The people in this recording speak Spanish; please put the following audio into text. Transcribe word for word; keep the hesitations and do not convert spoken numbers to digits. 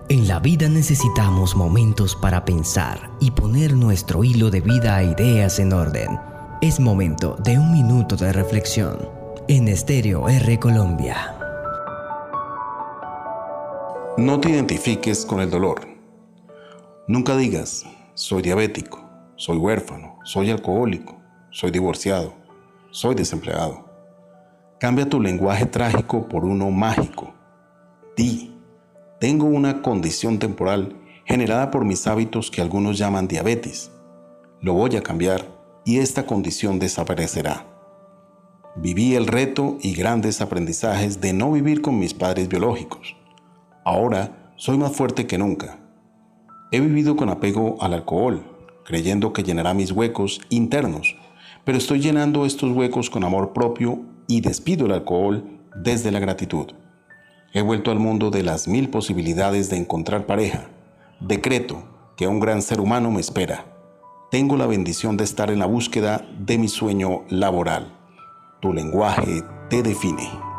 En la vida necesitamos momentos para pensar y poner nuestro hilo de vida e ideas en orden. Es momento de un minuto de reflexión en Estéreo R Colombia. No te identifiques con el dolor. Nunca digas, soy diabético, soy huérfano, soy alcohólico, soy divorciado, soy desempleado. Cambia tu lenguaje trágico por uno mágico. Di, tengo una condición temporal generada por mis hábitos que algunos llaman diabetes. Lo voy a cambiar y esta condición desaparecerá. Viví el reto y grandes aprendizajes de no vivir con mis padres biológicos. Ahora soy más fuerte que nunca. He vivido con apego al alcohol, creyendo que llenará mis huecos internos, pero estoy llenando estos huecos con amor propio y despido el alcohol desde la gratitud. He vuelto al mundo de las mil posibilidades de encontrar pareja. Decreto que un gran ser humano me espera. Tengo la bendición de estar en la búsqueda de mi sueño laboral. Tu lenguaje te define.